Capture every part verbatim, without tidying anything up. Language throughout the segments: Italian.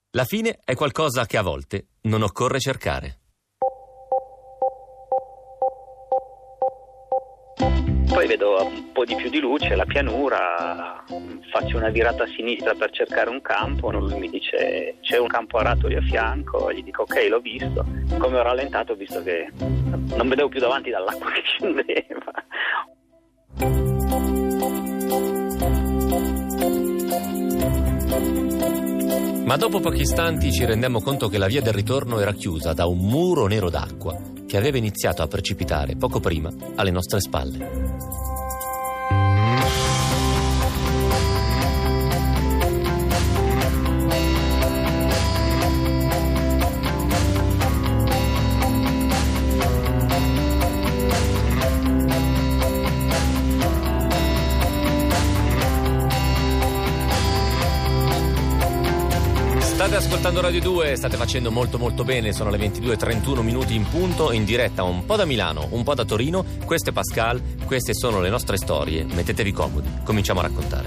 La fine è qualcosa che a volte non occorre cercare. Poi vedo un po' di più di luce, la pianura, faccio una virata a sinistra per cercare un campo, lui mi dice c'è un campo arato lì a fianco, gli dico ok, l'ho visto. Come ho rallentato ho visto che non vedevo più davanti dall'acqua che scendeva. Ma dopo pochi istanti ci rendemmo conto che la via del ritorno era chiusa da un muro nero d'acqua che aveva iniziato a precipitare poco prima alle nostre spalle. State ascoltando Radio due, state facendo molto molto bene, sono le ventidue e trentuno minuti in punto, in diretta un po' da Milano, un po' da Torino. Questo è Pascal, queste sono le nostre storie, mettetevi comodi, cominciamo a raccontare.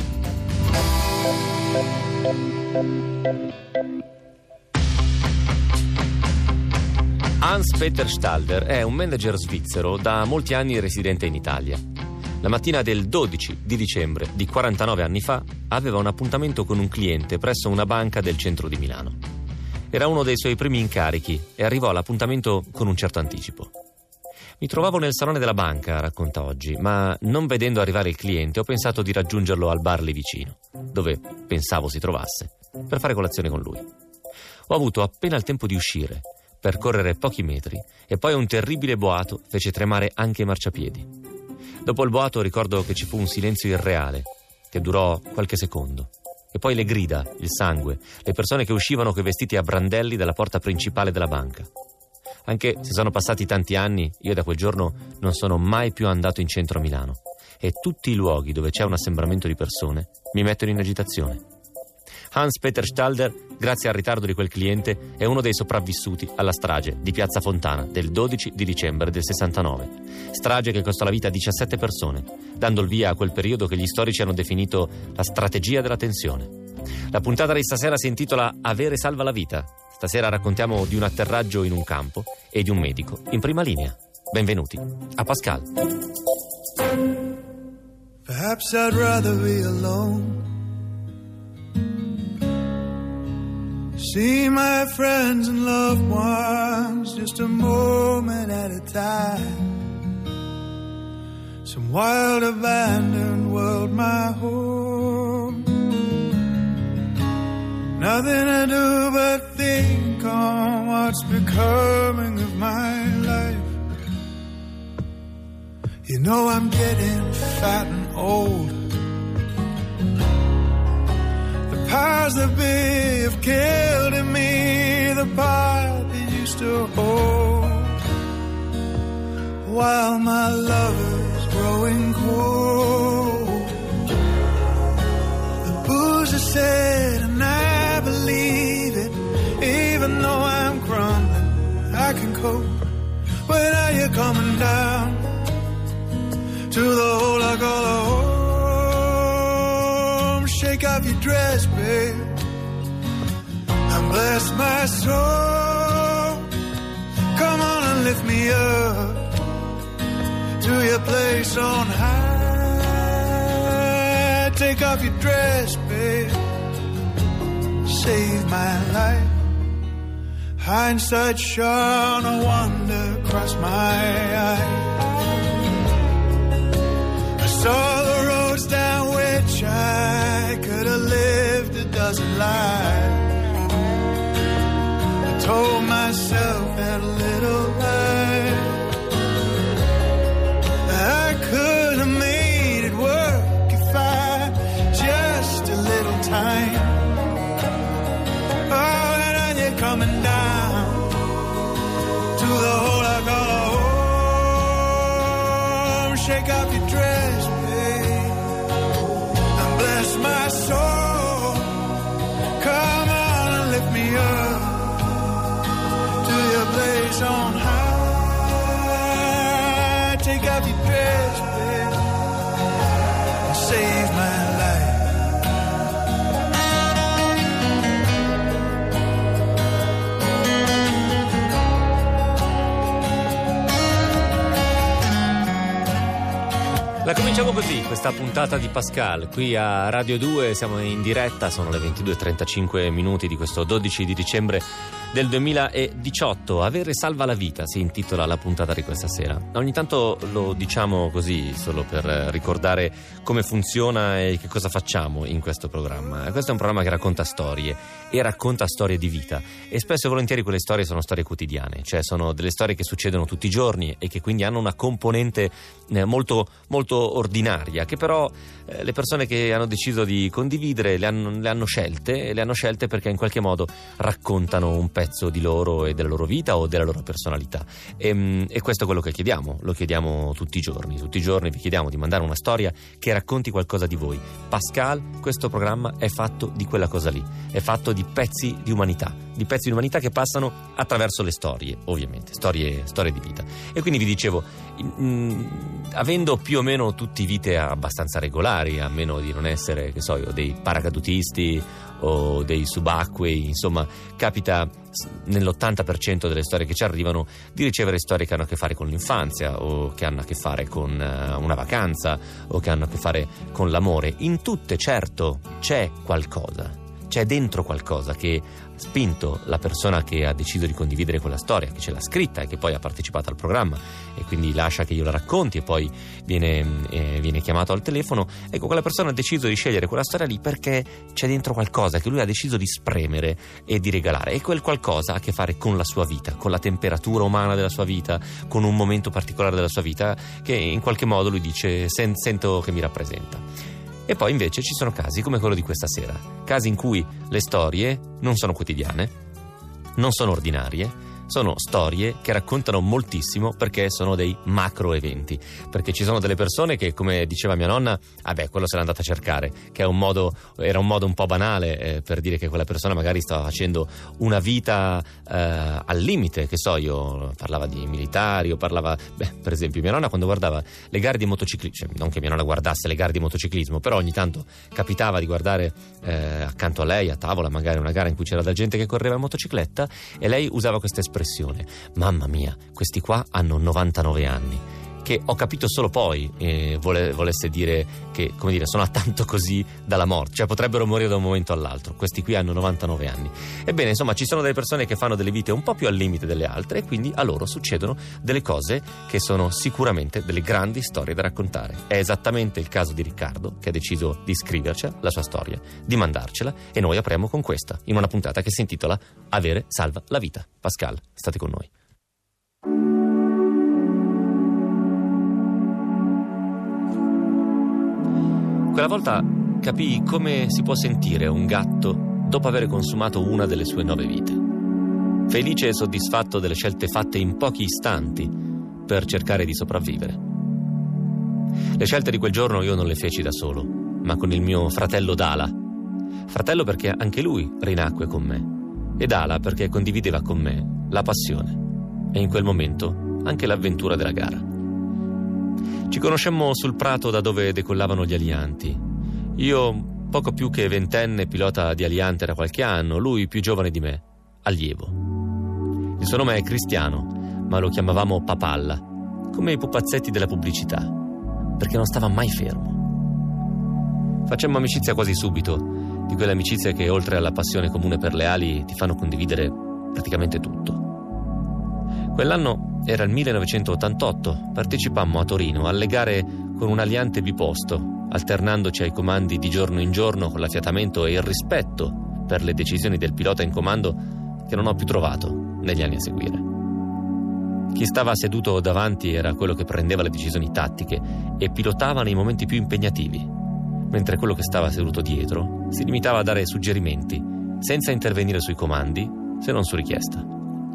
Hans-Peter Stalder è un manager svizzero da molti anni residente in Italia. La mattina del dodici di dicembre di quarantanove anni fa aveva un appuntamento con un cliente presso una banca del centro di Milano. Era uno dei suoi primi incarichi e arrivò all'appuntamento con un certo anticipo. Mi trovavo nel salone della banca, racconta oggi, ma non vedendo arrivare il cliente ho pensato di raggiungerlo al bar lì vicino, dove pensavo si trovasse, per fare colazione con lui. Ho avuto appena il tempo di uscire, percorrere pochi metri, e poi un terribile boato fece tremare anche i marciapiedi. Dopo il boato ricordo che ci fu un silenzio irreale, che durò qualche secondo. E poi le grida, il sangue, le persone che uscivano coi vestiti a brandelli dalla porta principale della banca. Anche se sono passati tanti anni, io da quel giorno non sono mai più andato in centro a Milano. E tutti i luoghi dove c'è un assembramento di persone mi mettono in agitazione. Hans-Peter Stalder, grazie al ritardo di quel cliente, è uno dei sopravvissuti alla strage di Piazza Fontana del dodici di dicembre del sessantanove. Strage che costò la vita a diciassette persone, dando il via a quel periodo che gli storici hanno definito la strategia della tensione. La puntata di stasera si intitola Avere salva la vita. Stasera raccontiamo di un atterraggio in un campo e di un medico in prima linea. Benvenuti a Pascal. Perhaps I'd rather be alone. See my friends and loved ones just a moment at a time. Some wild abandoned world, my home. Nothing to do but think on what's becoming of my life. You know I'm getting fat and old. Powers that be have killed in me the part that used to hold. While my lover's growing cold, the booze is said and I believe it. Even though I'm crumbling, I can cope. But now you're coming down to the hole I call a home. Shake off your dress, babe, and bless my soul. Come on and lift me up to your place on high. Take off your dress, babe, save my life. Hindsight shone a wonder across my eyes. I saw the roads down which I could have lived a dozen lives. I told myself that little lie, I could have made it work if I just a little time. Oh, and now you're coming down to the hole I call a home. Shake off your dress, bless my soul. Come on and lift me up to your place on high. Take off your dress, babe, and save my life. Iniziamo così questa puntata di Pascal qui a Radio due, siamo in diretta, sono le ventidue e trentacinque minuti di questo dodici di dicembre del duemiladiciotto. Avere salva la vita si intitola la puntata di questa sera. Ogni tanto lo diciamo così solo per ricordare come funziona e che cosa facciamo in questo programma. Questo è un programma che racconta storie e racconta storie di vita, e spesso e volentieri quelle storie sono storie quotidiane, cioè sono delle storie che succedono tutti i giorni e che quindi hanno una componente eh, molto, molto ordinaria, che però eh, le persone che hanno deciso di condividere le hanno, le hanno scelte, e le hanno scelte perché in qualche modo raccontano un pezzo di loro e della loro vita o della loro personalità, e, e questo è quello che chiediamo, lo chiediamo tutti i giorni tutti i giorni vi chiediamo di mandare una storia che racconti qualcosa di voi. Pascal, questo programma è fatto di quella cosa lì, è fatto di pezzi di umanità, di pezzi di umanità che passano attraverso le storie, ovviamente, storie, storie di vita. E quindi vi dicevo, mh, avendo più o meno tutti vite abbastanza regolari, a meno di non essere, che so io, dei paracadutisti o dei subacquei, insomma, capita nell'ottanta per cento delle storie che ci arrivano di ricevere storie che hanno a che fare con l'infanzia, o che hanno a che fare con una vacanza, o che hanno a che fare con l'amore. In tutte, certo, c'è qualcosa, c'è dentro qualcosa che ha spinto la persona che ha deciso di condividere quella storia, che ce l'ha scritta e che poi ha partecipato al programma e quindi lascia che io la racconti e poi viene, eh, viene chiamato al telefono. Ecco, quella persona ha deciso di scegliere quella storia lì perché c'è dentro qualcosa che lui ha deciso di spremere e di regalare, e quel qualcosa ha a che fare con la sua vita, con la temperatura umana della sua vita, con un momento particolare della sua vita che in qualche modo lui dice Sen- sento che mi rappresenta. E poi invece ci sono casi come quello di questa sera, casi in cui le storie non sono quotidiane, non sono ordinarie, sono storie che raccontano moltissimo perché sono dei macro eventi, perché ci sono delle persone che, come diceva mia nonna, vabbè, quello se l'è andata a cercare, che è un modo, era un modo un po' banale eh, per dire che quella persona magari stava facendo una vita eh, al limite, che so io, parlava di militari o parlava, beh, per esempio mia nonna quando guardava le gare di motociclismo, cioè, non che mia nonna guardasse le gare di motociclismo, però ogni tanto capitava di guardare eh, accanto a lei a tavola magari una gara in cui c'era da gente che correva in motocicletta, e lei usava questa espressione: mamma mia, questi qua hanno novantanove anni, che ho capito solo poi eh, vole, volesse dire che, come dire, sono a tanto così dalla morte, cioè potrebbero morire da un momento all'altro. Questi qui hanno novantanove anni. Ebbene, insomma, ci sono delle persone che fanno delle vite un po' più al limite delle altre, e quindi a loro succedono delle cose che sono sicuramente delle grandi storie da raccontare. È esattamente il caso di Riccardo, che ha deciso di scrivercela, la sua storia, di mandarcela, e noi apriamo con questa, in una puntata che si intitola Avere salva la vita. Pascal, state con noi. Quella volta capii come si può sentire un gatto dopo aver consumato una delle sue nove vite. Felice e soddisfatto delle scelte fatte in pochi istanti per cercare di sopravvivere. Le scelte di quel giorno io non le feci da solo, ma con il mio fratello Dala. Fratello perché anche lui rinacque con me, e Dala perché condivideva con me la passione e in quel momento anche l'avventura della gara. Ci conoscemmo sul prato da dove decollavano gli alianti. Io poco più che ventenne, pilota di aliante da qualche anno, lui più giovane di me, allievo. Il suo nome è Cristiano, ma lo chiamavamo Papalla, come i pupazzetti della pubblicità, perché non stava mai fermo. Facemmo amicizia quasi subito, di quelle amicizie che oltre alla passione comune per le ali ti fanno condividere praticamente tutto. Quell'anno era il millenovecentottantotto, partecipammo a Torino alle gare con un aliante biposto, alternandoci ai comandi di giorno in giorno con l'affiatamento e il rispetto per le decisioni del pilota in comando che non ho più trovato negli anni a seguire. Chi stava seduto davanti era quello che prendeva le decisioni tattiche e pilotava nei momenti più impegnativi, mentre quello che stava seduto dietro si limitava a dare suggerimenti senza intervenire sui comandi se non su richiesta.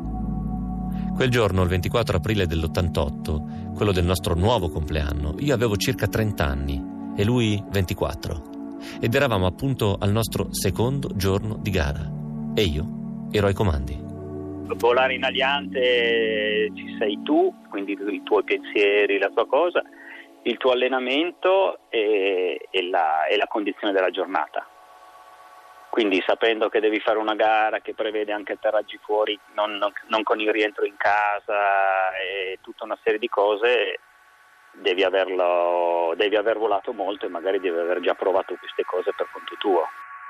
Quel giorno, il ventiquattro aprile dell'ottantotto, quello del nostro nuovo compleanno, io avevo circa trenta anni e lui ventiquattro, ed eravamo appunto al nostro secondo giorno di gara e io ero ai comandi. Volare in aliante ci sei tu, quindi i tuoi pensieri, la tua cosa, il tuo allenamento e, e, la, e la condizione della giornata. Quindi sapendo che devi fare una gara che prevede anche atterraggi fuori, non, non, non con il rientro in casa e tutta una serie di cose, devi averlo, devi aver volato molto e magari devi aver già provato queste cose per conto tuo.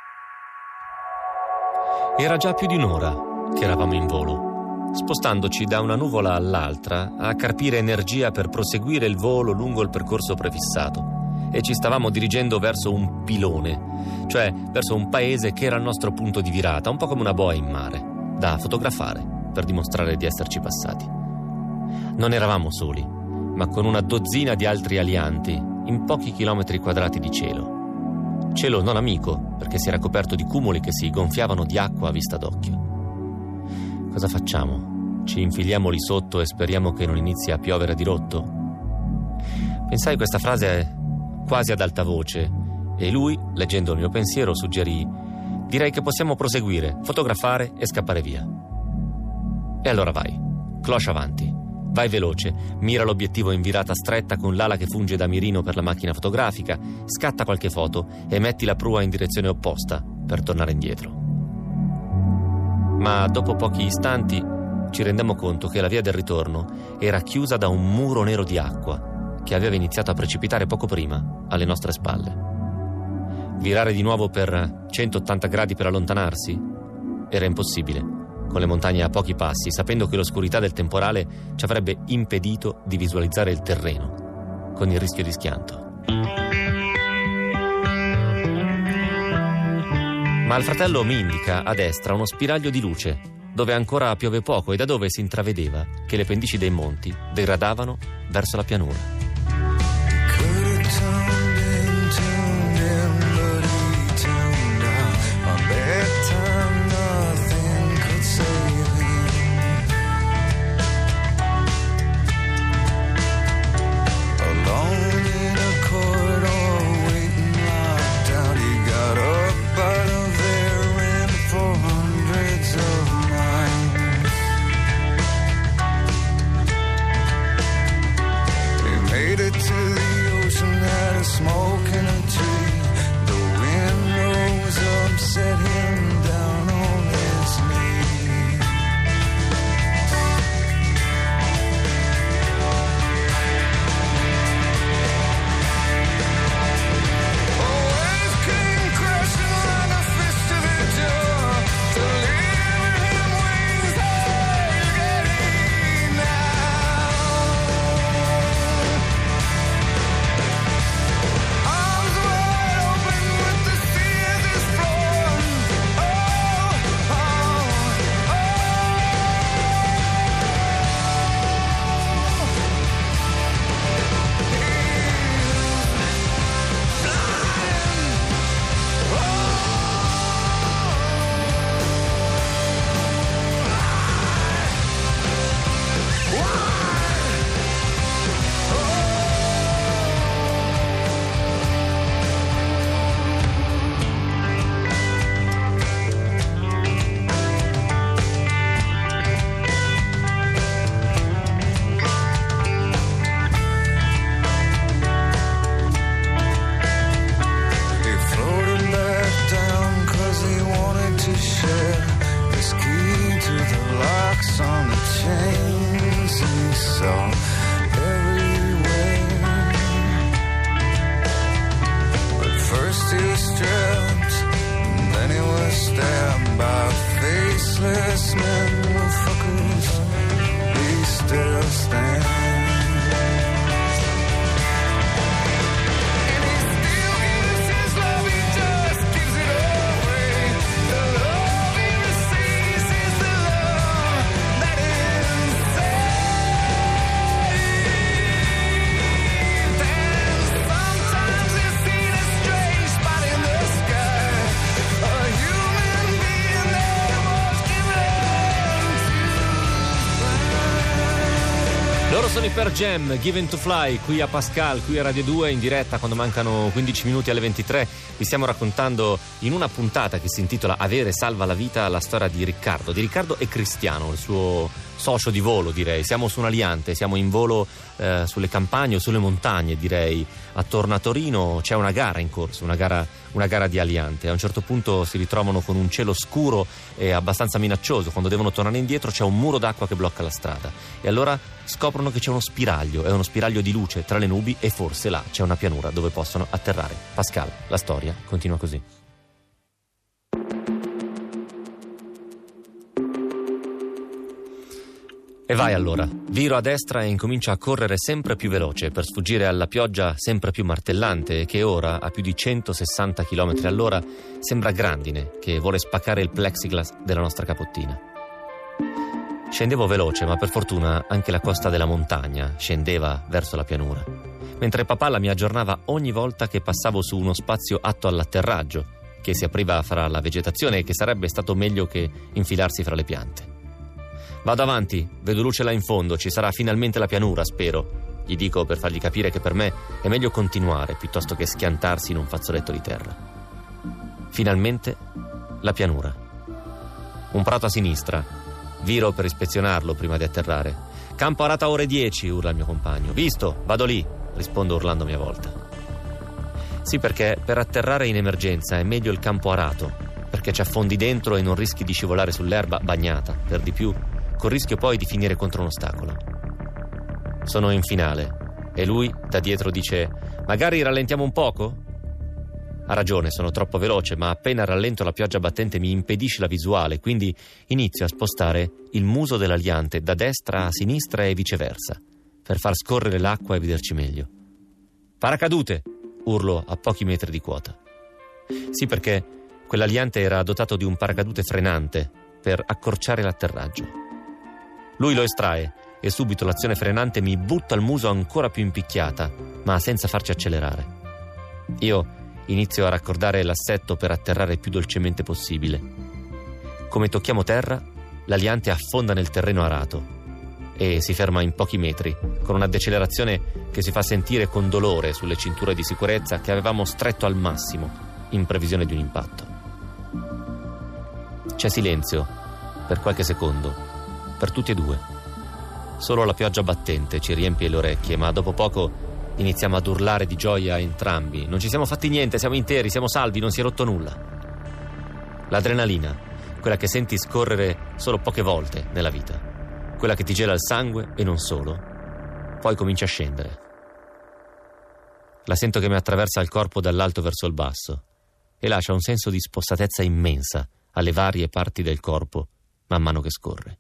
Era già più di un'ora che eravamo in volo, spostandoci da una nuvola all'altra a carpire energia per proseguire il volo lungo il percorso prefissato, e ci stavamo dirigendo verso un pilone, cioè verso un paese che era il nostro punto di virata, un po' come una boa in mare, da fotografare per dimostrare di esserci passati. Non eravamo soli, ma con una dozzina di altri alianti in pochi chilometri quadrati di cielo. Cielo non amico, perché si era coperto di cumuli che si gonfiavano di acqua a vista d'occhio. Cosa facciamo? Ci infiliamo lì sotto e speriamo che non inizi a piovere a dirotto? Pensai questa frase quasi ad alta voce e lui, leggendo il mio pensiero, suggerì: direi che possiamo proseguire, fotografare e scappare via. E allora vai, cloche avanti. Vai veloce, mira l'obiettivo in virata stretta con l'ala che funge da mirino per la macchina fotografica, scatta qualche foto e metti la prua in direzione opposta per tornare indietro. Ma dopo pochi istanti ci rendemmo conto che la via del ritorno era chiusa da un muro nero di acqua che aveva iniziato a precipitare poco prima alle nostre spalle. Virare di nuovo per centottanta gradi per allontanarsi? Era impossibile, con le montagne a pochi passi, sapendo che l'oscurità del temporale ci avrebbe impedito di visualizzare il terreno, con il rischio di schianto. Ma il fratello mi indica a destra uno spiraglio di luce, dove ancora piove poco e da dove si intravedeva che le pendici dei monti degradavano verso la pianura. Per Jam, Given to Fly, qui a Pascal, qui a Radio due, in diretta quando mancano quindici minuti alle ventitré. Vi stiamo raccontando in una puntata che si intitola Avere salva la vita la storia di Riccardo, di Riccardo e Cristiano, il suo socio di volo, direi. Siamo su un aliante, siamo in volo eh, sulle campagne o sulle montagne, direi. Attorno a Torino c'è una gara in corso, una gara, una gara di aliante. A un certo punto si ritrovano con un cielo scuro e abbastanza minaccioso. Quando devono tornare indietro c'è un muro d'acqua che blocca la strada. E allora scoprono che c'è uno spiraglio, è uno spiraglio di luce tra le nubi e forse là c'è una pianura dove possono atterrare. Pascal, la storia continua così. E vai allora, viro a destra e incomincio a correre sempre più veloce per sfuggire alla pioggia sempre più martellante che ora, a più di centosessanta chilometri all'ora, sembra grandine che vuole spaccare il plexiglass della nostra capottina. Scendevo veloce, ma per fortuna anche la costa della montagna scendeva verso la pianura, mentre Papalla mi aggiornava ogni volta che passavo su uno spazio atto all'atterraggio, che si apriva fra la vegetazione e che sarebbe stato meglio che infilarsi fra le piante. Vado avanti, vedo luce là in fondo, ci sarà finalmente la pianura, spero. Gli dico per fargli capire che per me è meglio continuare piuttosto che schiantarsi in un fazzoletto di terra. Finalmente la pianura. Un prato a sinistra. Viro per ispezionarlo prima di atterrare. Campo arato a ore dieci, urla il mio compagno. Visto, vado lì, rispondo urlando a mia volta. Sì, perché per atterrare in emergenza è meglio il campo arato, perché ci affondi dentro e non rischi di scivolare sull'erba bagnata, per di più, col rischio poi di finire contro un ostacolo. Sono in finale e lui da dietro dice: magari rallentiamo un poco? Ha ragione, sono troppo veloce, ma appena rallento la pioggia battente mi impedisce la visuale, quindi inizio a spostare il muso dell'aliante da destra a sinistra e viceversa, per far scorrere l'acqua e vederci meglio. Paracadute! Urlo a pochi metri di quota. Sì, perché quell'aliante era dotato di un paracadute frenante per accorciare l'atterraggio. Lui lo estrae e subito l'azione frenante mi butta il muso ancora più impicchiata, ma senza farci accelerare. Io inizio a raccordare l'assetto per atterrare più dolcemente possibile. Come tocchiamo terra, l'aliante affonda nel terreno arato e si ferma in pochi metri, con una decelerazione che si fa sentire con dolore sulle cinture di sicurezza che avevamo stretto al massimo in previsione di un impatto. C'è silenzio per qualche secondo, per tutti e due. Solo la pioggia battente ci riempie le orecchie, ma dopo poco iniziamo ad urlare di gioia entrambi. Non ci siamo fatti niente, siamo interi, siamo salvi, non si è rotto nulla. L'adrenalina, quella che senti scorrere solo poche volte nella vita, quella che ti gela il sangue e non solo, poi comincia a scendere. La sento che mi attraversa il corpo dall'alto verso il basso e lascia un senso di spossatezza immensa alle varie parti del corpo man mano che scorre.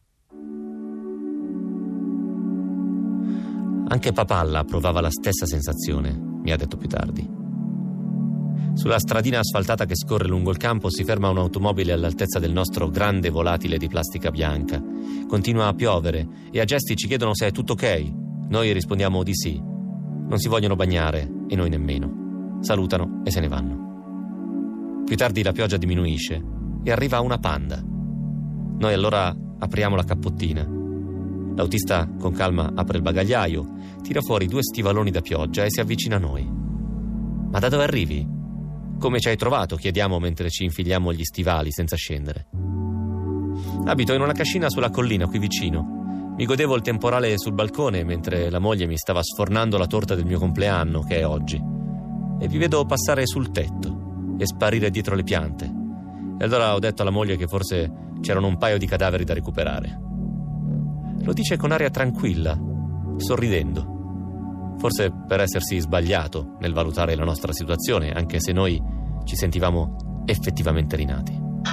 Anche Papalla provava la stessa sensazione, mi ha detto più tardi. Sulla stradina asfaltata che scorre lungo il campo si ferma un'automobile all'altezza del nostro grande volatile di plastica bianca. Continua a piovere e a gesti ci chiedono se è tutto ok. Noi rispondiamo di sì. Non si vogliono bagnare e noi nemmeno. Salutano e se ne vanno. Più tardi la pioggia diminuisce e arriva una Panda. Noi allora apriamo la cappottina. L'autista con calma apre il bagagliaio, tira fuori due stivaloni da pioggia e si avvicina a noi. Ma da dove arrivi? Come ci hai trovato? Chiediamo mentre ci infiliamo gli stivali senza scendere. Abito in una cascina sulla collina qui vicino. Mi godevo il temporale sul balcone mentre la moglie mi stava sfornando la torta del mio compleanno, che è oggi. E vi vedo passare sul tetto e sparire dietro le piante. E allora ho detto alla moglie che forse c'erano un paio di cadaveri da recuperare. Lo dice con aria tranquilla, sorridendo. Forse per essersi sbagliato nel valutare la nostra situazione, anche se noi ci sentivamo effettivamente rinati.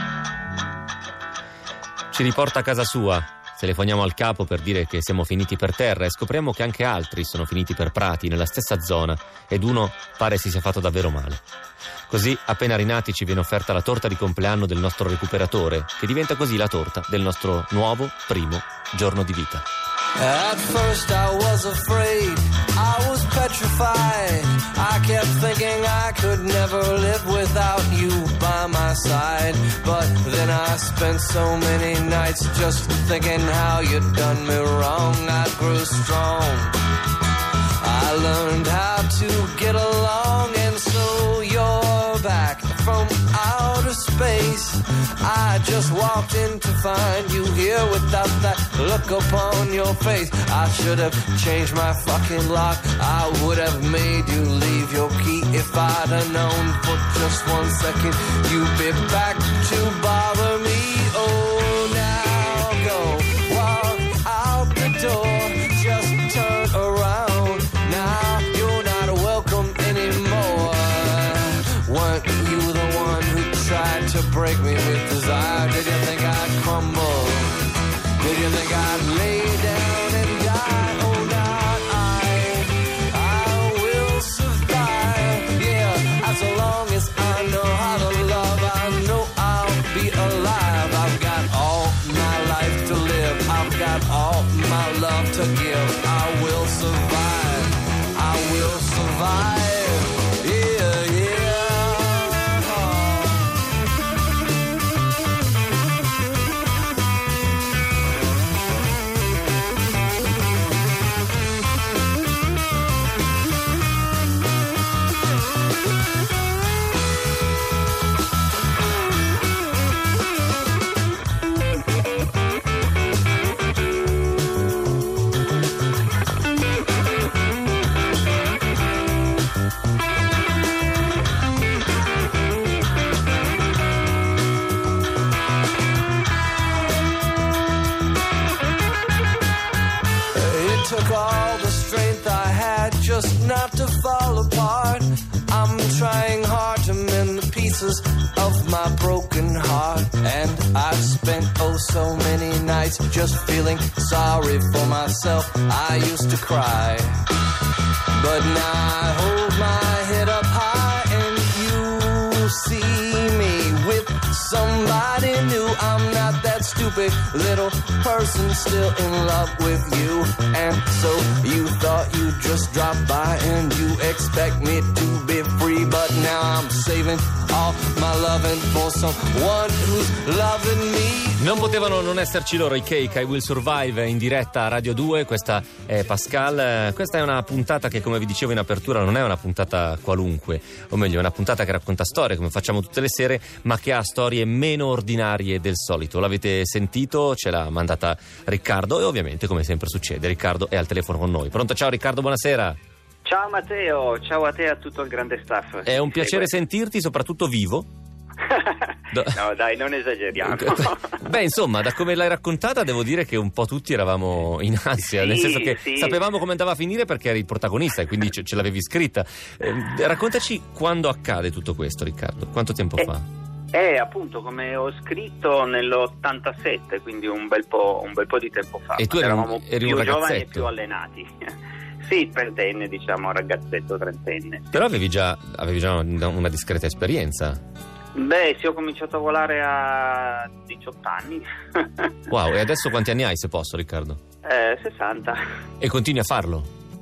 Ci riporta a casa sua, telefoniamo al capo per dire che siamo finiti per terra e scopriamo che anche altri sono finiti per prati nella stessa zona ed uno pare si sia fatto davvero male. Così, appena rinati, ci viene offerta la torta di compleanno del nostro recuperatore, che diventa così la torta del nostro nuovo primo giorno di vita. At first I was afraid, I was petrified. I kept thinking I could never live without you by my side. But then I spent so many nights just thinking how you'd done me wrong. I grew strong, I learned how to get along, and so you're back from outer space. I just walked in to find you here without that look upon your face. I should have changed my fucking lock. I would have made you leave your key if I'd have known for just one second you'd be back to bother me. Oh, now go walk out the door, just turn around. Now you're not welcome anymore. Weren't you the one who tried to break me with desire? Did you think I'd crumble? Did you think I'd lay down and die? Oh, not I. I will survive. Yeah, as long as I know how to love, I know I'll be alive. I've got all my life to live. I've got all my love to give. I will survive. I will survive. Yeah, yeah. Took all the strength I had just not to fall apart. I'm trying hard to mend the pieces of my broken heart. And I've spent oh so many nights just feeling sorry for myself. I used to cry, but now I hold my head up high and you see me with somebody new. I'm not that stupid little person still in love with you. And so you thought you'd just drop by and you expect me to be free. But now I'm saving all my loving for someone who's loving me. Non potevano non esserci loro, i Cake, I Will Survive, in diretta a Radio due. Questa è Pascal. Questa è una puntata che, come vi dicevo in apertura, non è una puntata qualunque, o meglio è una puntata che racconta storie come facciamo tutte le sere, ma che ha storie meno ordinarie del solito. L'avete sentito, ce l'ha mandata Riccardo e ovviamente, come sempre succede, Riccardo è al telefono con noi. Pronto? Ciao Riccardo, buonasera. Ciao Matteo, ciao a te e a tutto il grande staff. È un piacere sentirti, soprattutto vivo. No dai, non esageriamo. Beh, insomma, da come l'hai raccontata devo dire che un po' tutti eravamo in ansia, sì, nel senso che sì, sapevamo come andava a finire perché eri il protagonista e quindi ce, ce l'avevi scritta. Eh, raccontaci quando accade tutto questo, Riccardo, quanto tempo eh, fa? Eh, appunto, come ho scritto nell'ottantasette, quindi un bel po', un bel po' di tempo fa. E tu eri eravamo un, eri più un giovani e più allenati. Sì, trentenne, diciamo, ragazzetto trentenne. Però avevi già, avevi già una, una discreta esperienza. Beh, sì, ho cominciato a volare a diciotto anni. Wow, e adesso quanti anni hai, se posso, Riccardo? Eh, sessanta. E continui a farlo?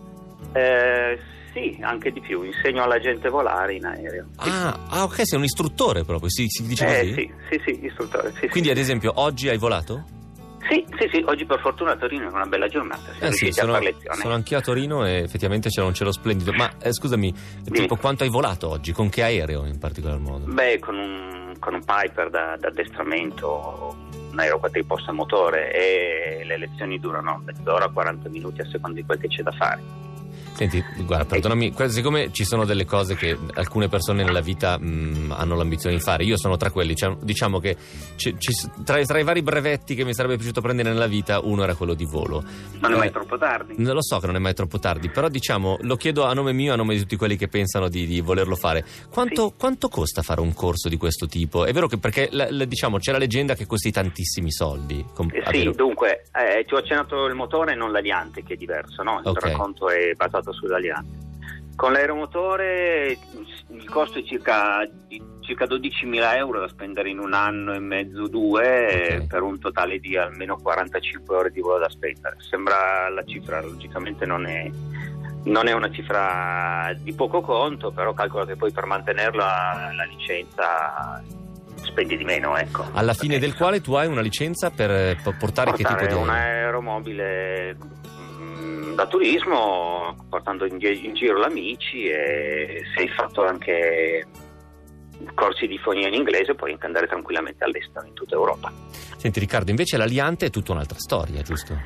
Eh, sì, anche di più. Insegno alla gente a volare in aereo. Sì. Ah, ah, ok, sei un istruttore proprio, si, si dice eh, così? Sì, sì, sì, istruttore. Sì, Quindi, sì. ad esempio, oggi hai volato? Sì, sì, sì, oggi per fortuna a Torino è una bella giornata, siamo eh sì, riusciti sono, a far lezione. sono anch'io a Torino e effettivamente c'era un cielo splendido. Ma eh, scusami, tipo quanto hai volato oggi? Con che aereo in particolar modo? Beh, con un, con un Piper da, da addestramento, un aereo quadriposto a motore, e le lezioni durano mezz'ora, quaranta minuti a seconda di quel che c'è da fare. Senti, guarda, perdonami, siccome ci sono delle cose che alcune persone nella vita mh, hanno l'ambizione di fare, io sono tra quelli, cioè, diciamo che ci, ci, tra, tra i vari brevetti che mi sarebbe piaciuto prendere nella vita, uno era quello di volo. Non eh, è mai troppo tardi. Non lo so che non è mai troppo tardi, però diciamo, lo chiedo a nome mio e a nome di tutti quelli che pensano di, di volerlo fare. Quanto, sì. quanto costa fare un corso di questo tipo? È vero che perché la, la, diciamo c'è la leggenda che costi tantissimi soldi. Com- eh, sì, dunque, eh, ti ho accennato il motore e non l'aliante, che è diverso, no? Il okay. racconto è basato sull'aliante. Con l'aeromotore il costo è circa, circa dodicimila euro da spendere in un anno e mezzo, due, okay. per un totale di almeno quarantacinque ore di volo da spendere. Sembra la cifra, logicamente non è, non è una cifra di poco conto, però calcola che poi per mantenerla la licenza spendi di meno, ecco. Alla fine del quale tu hai una licenza per portare, portare che tipo di un aeromobile da turismo, portando in, in giro gli amici, e sei fatto anche corsi di fonia in inglese, puoi anche andare tranquillamente all'estero in tutta Europa. Senti Riccardo, invece l'Aliante è tutta un'altra storia, giusto?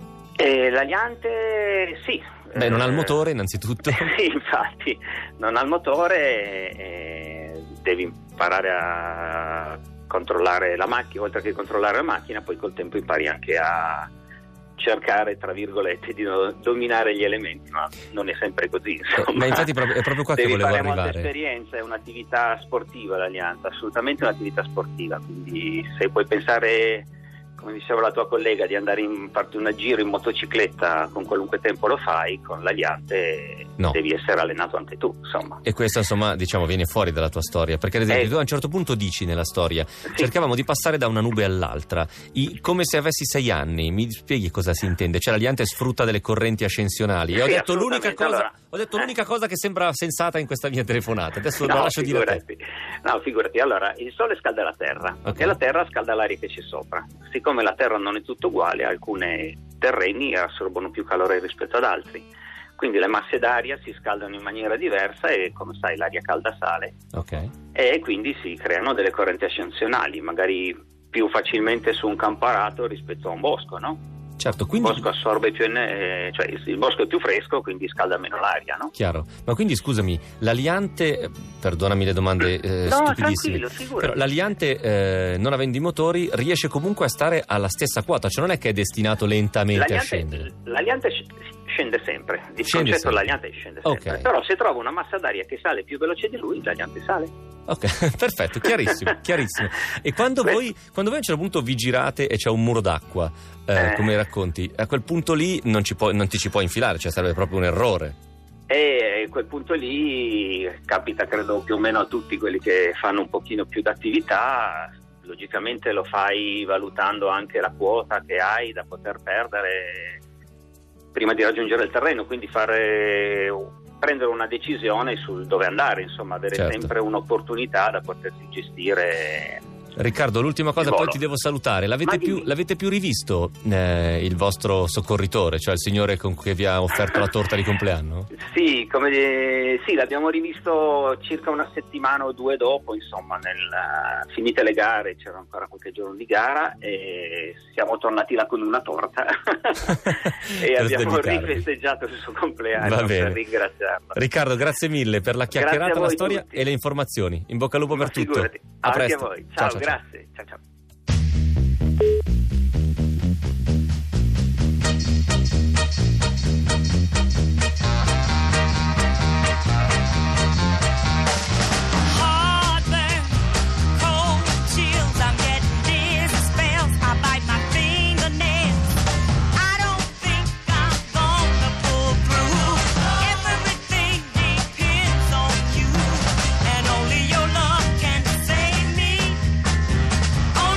E l'Aliante sì. Beh, non ha il motore innanzitutto. Sì, infatti, non ha il motore, eh, devi imparare a controllare la macchina, oltre che controllare la macchina, poi col tempo impari anche a cercare, tra virgolette, di no, dominare gli elementi, ma non è sempre così, insomma. Ma infatti è proprio qua che devi volevo fare arrivare. Molta esperienza, è un'attività sportiva l'Alianza, assolutamente un'attività sportiva, quindi se puoi pensare, come diceva la tua collega, di andare in farti un giro in motocicletta con qualunque tempo lo fai, con l'Aliante no. Devi essere allenato anche tu, insomma. E questo insomma diciamo viene fuori dalla tua storia, perché ad esempio eh. tu a un certo punto dici nella storia sì. cercavamo di passare da una nube all'altra, I, come se avessi sei anni. Mi spieghi cosa si intende? Cioè l'Aliante sfrutta delle correnti ascensionali e ho sì, detto l'unica cosa allora, ho detto eh. l'unica cosa che sembra sensata in questa mia telefonata. Adesso no, lo lascio figurati. dire a te. No, figurati, allora il sole scalda la terra okay. e la terra scalda l'aria che c'è sopra. Siccome la terra non è tutto uguale, alcuni terreni assorbono più calore rispetto ad altri, quindi le masse d'aria si scaldano in maniera diversa e, come sai, l'aria calda sale okay. e quindi si creano delle correnti ascensionali, magari più facilmente su un campo arato rispetto a un bosco, no? Certo, quindi... Il bosco assorbe più, eh, cioè il bosco è più fresco, quindi scalda meno l'aria, no? Chiaro, ma quindi scusami, l'Aliante, perdonami le domande eh, no, stupidissime, però l'Aliante eh, non avendo i motori riesce comunque a stare alla stessa quota, cioè non è che è destinato lentamente L'Aliante, a scendere. L'Aliante scende sempre, il scende concetto sempre. l'Aliante scende sempre, okay. però se trova una massa d'aria che sale più veloce di lui, l'Aliante sale. Ok, perfetto, chiarissimo, chiarissimo. E quando voi, quando voi a un certo punto vi girate e c'è un muro d'acqua, eh, eh. come racconti, a quel punto lì non, ci puoi, non ti ci puoi infilare, cioè sarebbe proprio un errore. E a quel punto lì capita, credo, più o meno a tutti quelli che fanno un pochino più d'attività. Logicamente lo fai valutando anche la quota che hai da poter perdere prima di raggiungere il terreno, quindi fare... prendere una decisione sul dove andare, insomma, avere certo. sempre un'opportunità da potersi gestire. Riccardo, l'ultima cosa, poi ti devo salutare. L'avete più, l'avete più rivisto eh, il vostro soccorritore, cioè il signore con cui vi ha offerto la torta di compleanno? Sì, come di, sì, l'abbiamo rivisto circa una settimana o due dopo, insomma, nel, uh, finite le gare, c'era ancora qualche giorno di gara e siamo tornati là con una torta e abbiamo rifesteggiato il suo compleanno per ringraziarlo. Riccardo, grazie mille per la chiacchierata, la storia tutti. E le informazioni. In bocca al lupo Ma per tutto. Figurati. A Anche presto. a voi. Ciao, ciao, ciao. Grazie, ciao ciao. Oh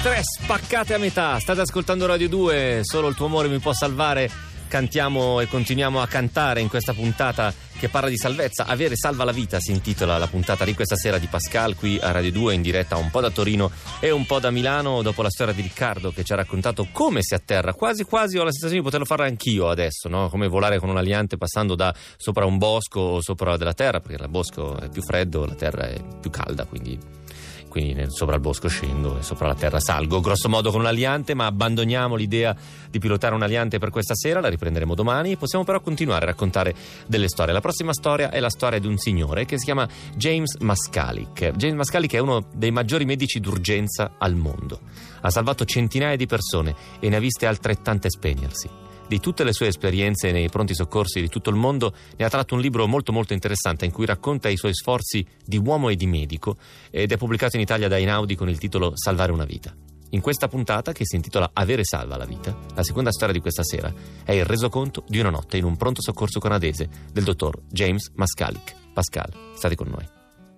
ventitré spaccate a metà. State ascoltando Radio due, Solo il tuo amore mi può salvare. Cantiamo e continuiamo a cantare in questa puntata che parla di salvezza. Avere salva la vita si intitola la puntata di questa sera di Pascal qui a Radio due, in diretta un po' da Torino e un po' da Milano, dopo la storia di Riccardo che ci ha raccontato come si atterra. Quasi quasi ho la sensazione di poterlo fare anch'io adesso, no? Come volare con un aliante passando da sopra un bosco o sopra della terra, perché il bosco è più freddo, la terra è più calda, quindi quindi nel, sopra il bosco scendo e sopra la terra salgo, grosso modo con un aliante, ma abbandoniamo l'idea di pilotare un aliante per questa sera, la riprenderemo domani. Possiamo però continuare a raccontare delle storie. La prossima storia è la storia di un signore che si chiama James Maskalik. James Maskalik è uno dei maggiori medici d'urgenza al mondo. Ha salvato centinaia di persone e ne ha viste altrettante spegnersi. Di tutte le sue esperienze nei pronti soccorsi di tutto il mondo ne ha tratto un libro molto molto interessante in cui racconta i suoi sforzi di uomo e di medico, ed è pubblicato in Italia da Einaudi con il titolo Salvare una vita. In questa puntata, che si intitola Avere salva la vita, la seconda storia di questa sera è il resoconto di una notte in un pronto soccorso canadese del dottor James Maskalik. Pascal, state con noi.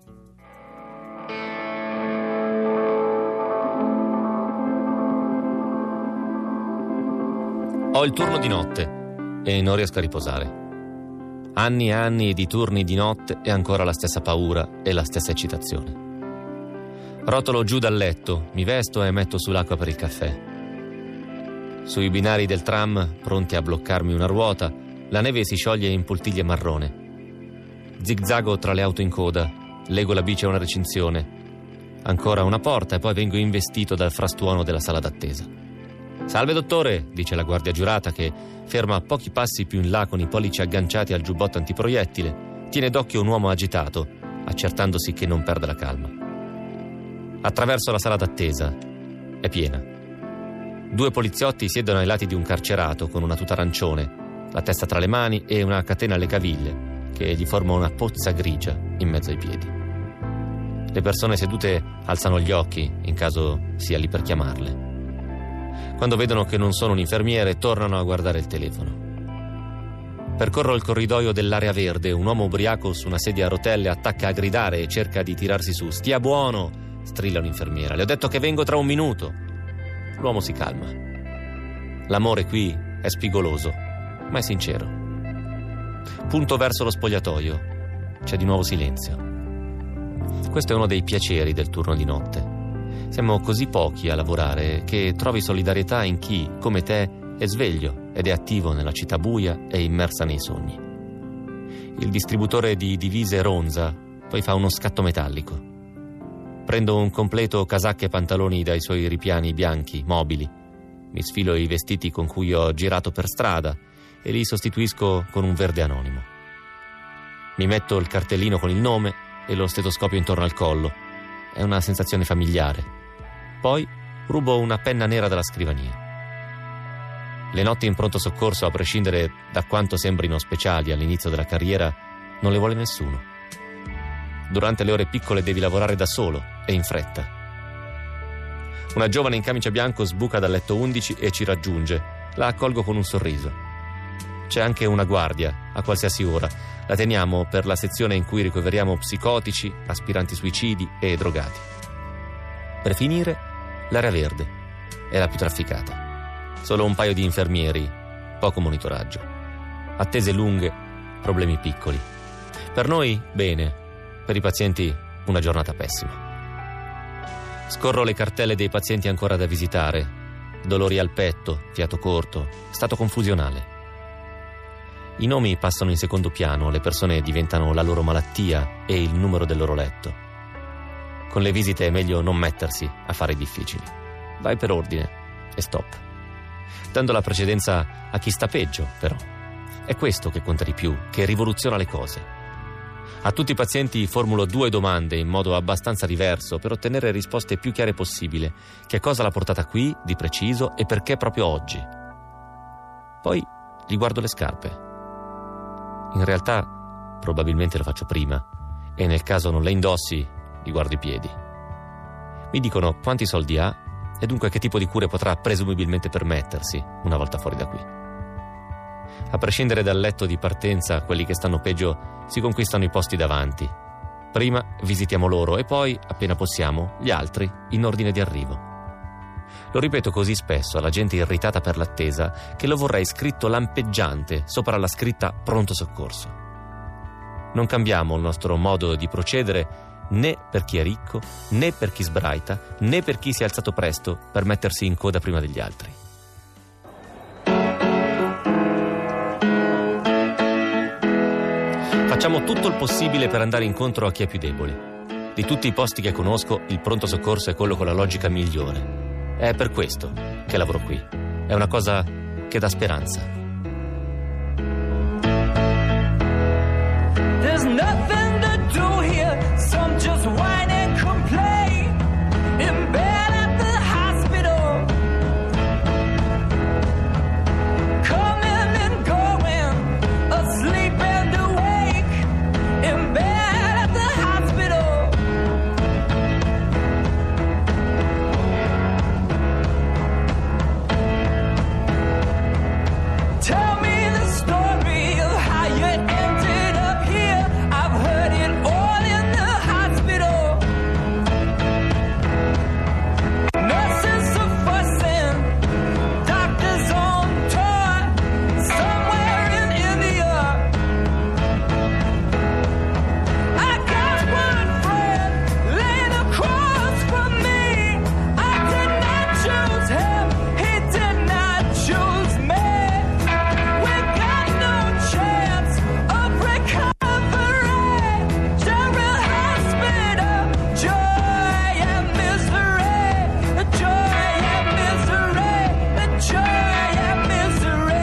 Ho il turno di notte e non riesco a riposare. Anni e anni di turni di notte e ancora la stessa paura e la stessa eccitazione. Rotolo giù dal letto, mi vesto e metto sull'acqua per il caffè. Sui binari del tram, pronti a bloccarmi una ruota, la neve si scioglie in poltiglia marrone. Zigzago tra le auto in coda, lego la bici a una recinzione. Ancora una porta e poi vengo investito dal frastuono della sala d'attesa. «Salve dottore», dice la guardia giurata che ferma a pochi passi più in là con i pollici agganciati al giubbotto antiproiettile. Tiene d'occhio un uomo agitato, accertandosi che non perda la calma. Attraverso la sala d'attesa. È piena. Due poliziotti siedono ai lati di un carcerato con una tuta arancione, la testa tra le mani e una catena alle caviglie che gli forma una pozza grigia in mezzo ai piedi. Le persone sedute alzano gli occhi in caso sia lì per chiamarle. Quando vedono che non sono un infermiere, tornano a guardare il telefono. Percorro il corridoio dell'area verde. Un uomo ubriaco su una sedia a rotelle attacca a gridare e cerca di tirarsi su. «Stia buono!» strilla un'infermiera. «Le ho detto che vengo tra un minuto!» L'uomo si calma. L'amore qui è spigoloso, ma è sincero. Punto verso lo spogliatoio. C'è di nuovo silenzio. Questo è uno dei piaceri del turno di notte. Siamo così pochi a lavorare che trovi solidarietà in chi, come te, è sveglio ed è attivo nella città buia e immersa nei sogni. Il distributore di divise ronza, poi fa uno scatto metallico. Prendo un completo casacche e pantaloni dai suoi ripiani bianchi, mobili. Mi sfilo i vestiti con cui ho girato per strada e li sostituisco con un verde anonimo. Mi metto il cartellino con il nome e lo stetoscopio intorno al collo. È una sensazione familiare. Poi rubo una penna nera dalla scrivania. Le notti in pronto soccorso, a prescindere da quanto sembrino speciali all'inizio della carriera, non le vuole nessuno. Durante le ore piccole devi lavorare da solo e in fretta. Una giovane in camicia bianco sbuca dal letto undici e ci raggiunge. La accolgo con un sorriso. C'è anche una guardia, a qualsiasi ora. La teniamo per la sezione in cui ricoveriamo psicotici, aspiranti suicidi e drogati. Per finire, l'area verde è la più trafficata. Solo un paio di infermieri, poco monitoraggio. Attese lunghe, problemi piccoli. Per noi, bene. Per i pazienti, una giornata pessima. Scorro le cartelle dei pazienti ancora da visitare. Dolori al petto, fiato corto, stato confusionale. I nomi passano in secondo piano, le persone diventano la loro malattia e il numero del loro letto. Con le visite è meglio non mettersi a fare difficili. Vai per ordine e stop. Dando la precedenza a chi sta peggio, però. È questo che conta di più, che rivoluziona le cose. A tutti i pazienti formulo due domande in modo abbastanza diverso per ottenere risposte più chiare possibile. Che cosa l'ha portata qui, di preciso, e perché proprio oggi? Poi gli guardo le scarpe. In realtà, probabilmente lo faccio prima, e nel caso non le indossi, gli guardo i piedi. Mi dicono quanti soldi ha e dunque che tipo di cure potrà presumibilmente permettersi una volta fuori da qui. A prescindere dal letto di partenza, quelli che stanno peggio si conquistano i posti davanti. Prima visitiamo loro e poi, appena possiamo, gli altri in ordine di arrivo. Lo ripeto così spesso alla gente irritata per l'attesa che lo vorrei scritto lampeggiante sopra la scritta pronto soccorso. Non cambiamo il nostro modo di procedere né per chi è ricco, né per chi sbraita, né per chi si è alzato presto per mettersi in coda prima degli altri. Facciamo tutto il possibile per andare incontro a chi è più debole. Di tutti i posti che conosco, il pronto soccorso è quello con la logica migliore. È per questo che lavoro qui. È una cosa che dà speranza. There's nothing to do here. Some just whine and complain. In bed at the hospital. Coming and going. Asleep and awake. In bed at the hospital. Tell me the story of how you ended up here. I've heard it all in the hospital. Nurses are fussing, doctors on tour, somewhere in India. I got one friend laying across from me. I did not choose him, he did not choose me. We got no chance of recovery. General Hospital, joy and misery, joy and misery, joy and misery.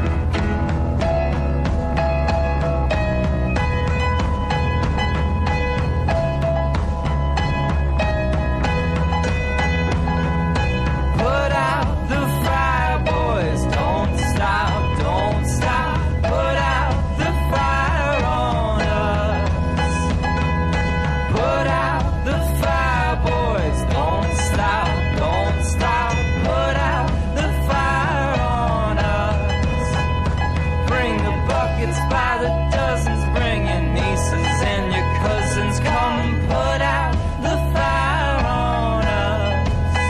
Put out the fire, boys, don't stop, don't stop. Put out the fire on us. Put out the fire, boys, don't stop, don't stop. Put out the fire on us. Bring the buckets by the dozens, bring your nieces and your cousins. Come and put out the fire on us.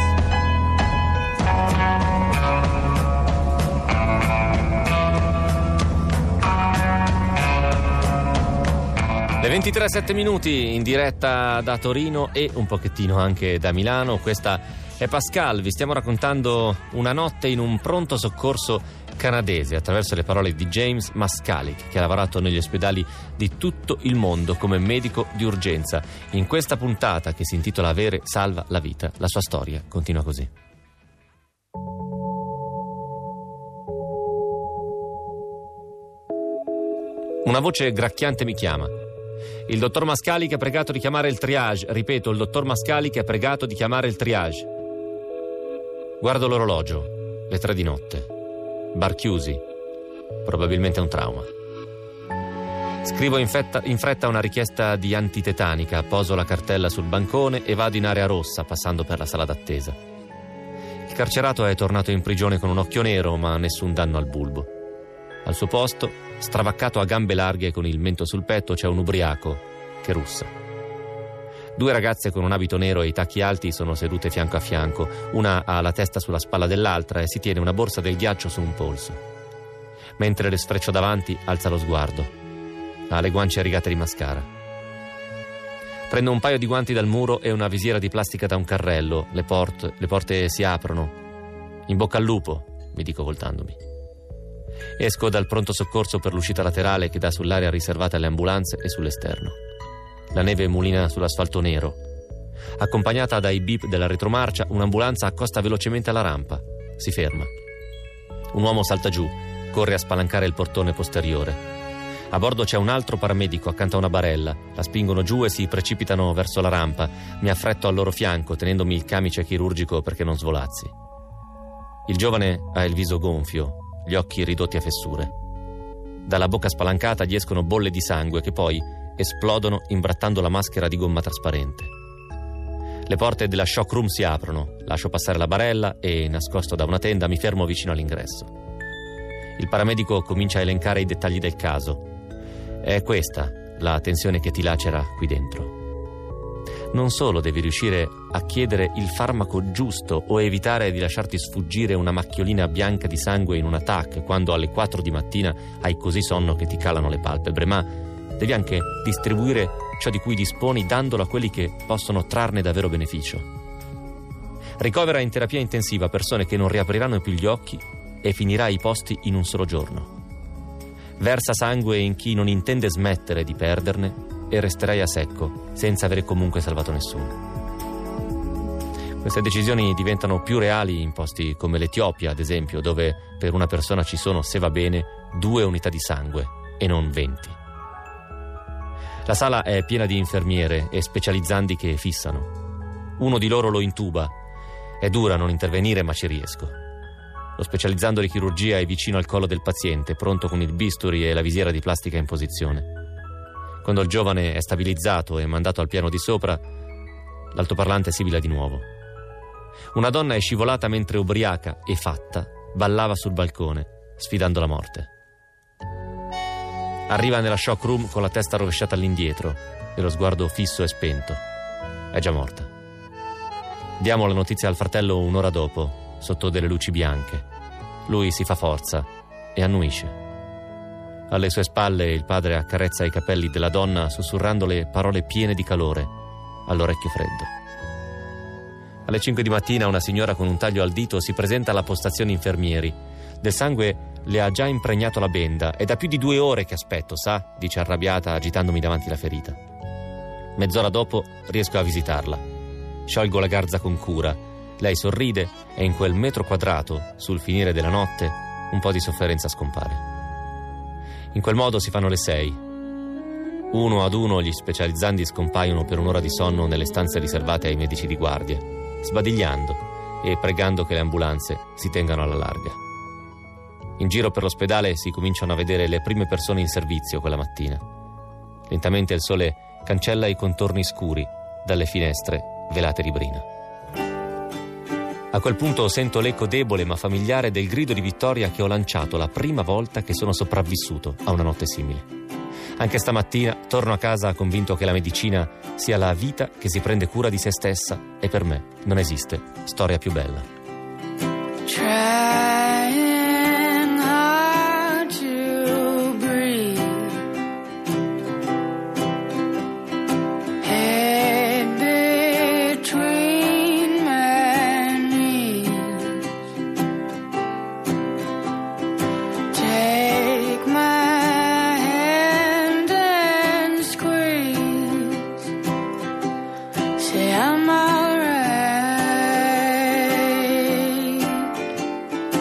Le ventitré e sette minuti in diretta da Torino e un pochettino anche da Milano. Questa è Pascal, vi stiamo raccontando una notte in un pronto soccorso canadese attraverso le parole di James Maskalik, che ha lavorato negli ospedali di tutto il mondo come medico di urgenza. In questa puntata che si intitola Avere salva la vita, la sua storia continua così. Una voce gracchiante mi chiama. Il dottor Maskalik ha pregato di chiamare il triage. Ripeto, il dottor Maskalik ha pregato di chiamare il triage. Guardo l'orologio, le tre di notte. Bar chiusi. Probabilmente un trauma. Scrivo in, fetta, in fretta una richiesta di antitetanica, poso la cartella sul bancone e vado in area rossa, passando per la sala d'attesa. Il carcerato è tornato in prigione con un occhio nero, ma nessun danno al bulbo. Al suo posto, stravaccato a gambe larghe con il mento sul petto, c'è un ubriaco che russa. Due ragazze con un abito nero e i tacchi alti sono sedute fianco a fianco. Una ha la testa sulla spalla dell'altra e si tiene una borsa del ghiaccio su un polso. Mentre le sfreccio davanti, alza lo sguardo. Ha le guance rigate di mascara. Prendo un paio di guanti dal muro e una visiera di plastica da un carrello. Le porte, le porte si aprono. In bocca al lupo, mi dico voltandomi. Esco dal pronto soccorso per l'uscita laterale che dà sull'area riservata alle ambulanze e sull'esterno. La neve mulina sull'asfalto nero. Accompagnata dai beep della retromarcia, un'ambulanza accosta velocemente alla rampa. Si ferma. Un uomo salta giù, corre a spalancare il portone posteriore. A bordo c'è un altro paramedico accanto a una barella. La spingono giù e si precipitano verso la rampa. Mi affretto al loro fianco, tenendomi il camice chirurgico perché non svolazzi. Il giovane ha il viso gonfio, gli occhi ridotti a fessure. Dalla bocca spalancata gli escono bolle di sangue che poi esplodono imbrattando la maschera di gomma trasparente. Le porte della shock room si aprono, lascio passare la barella e, nascosto da una tenda, mi fermo vicino all'ingresso. Il paramedico comincia a elencare i dettagli del caso. È questa la tensione che ti lacera qui dentro. non solo devi riuscire a chiedere il farmaco giusto o evitare di lasciarti sfuggire una macchiolina bianca di sangue in una T A C quando alle quattro di mattina hai così sonno che ti calano le palpebre, ma devi anche distribuire ciò di cui disponi dandolo a quelli che possono trarne davvero beneficio. Ricovera in terapia intensiva persone che non riapriranno più gli occhi e finirai i posti in un solo giorno. Versa sangue in chi non intende smettere di perderne e resterai a secco, senza avere comunque salvato nessuno. Queste decisioni diventano più reali in posti come l'Etiopia, ad esempio, dove per una persona ci sono, se va bene, due unità di sangue e non venti. La sala è piena di infermiere e specializzandi che fissano. Uno di loro lo intuba. È dura non intervenire, ma ci riesco. Lo specializzando di chirurgia è vicino al collo del paziente, pronto con il bisturi e la visiera di plastica in posizione. Quando il giovane è stabilizzato e mandato al piano di sopra, l'altoparlante sibila di nuovo. Una donna è scivolata mentre ubriaca e fatta ballava sul balcone, sfidando la morte. Arriva nella shock room con la testa rovesciata all'indietro e lo sguardo fisso e spento. È già morta. Diamo la notizia al fratello un'ora dopo, sotto delle luci bianche. Lui si fa forza e annuisce. Alle sue spalle il padre accarezza i capelli della donna sussurrandole parole piene di calore all'orecchio freddo. Alle cinque di mattina una signora con un taglio al dito si presenta alla postazione infermieri. Del sangue le ha già impregnato la benda. È da più di due ore che aspetto, sa? Dice arrabbiata agitandomi davanti la ferita. Mezz'ora dopo riesco a visitarla. Sciolgo la garza con cura. Lei sorride e in quel metro quadrato, sul finire della notte, un po' di sofferenza scompare. In quel modo si fanno le sei. Uno ad uno gli specializzandi scompaiono per un'ora di sonno nelle stanze riservate ai medici di guardia, sbadigliando e pregando che le ambulanze si tengano alla larga. In giro per l'ospedale si cominciano a vedere le prime persone in servizio quella mattina. Lentamente il sole cancella i contorni scuri dalle finestre velate di brina. A quel punto sento l'eco debole ma familiare del grido di vittoria che ho lanciato la prima volta che sono sopravvissuto a una notte simile. Anche stamattina torno a casa convinto che la medicina sia la vita che si prende cura di se stessa e per me non esiste storia più bella. Trying hard to breathe, head between my knees, take my hand and squeeze, say I'm alright.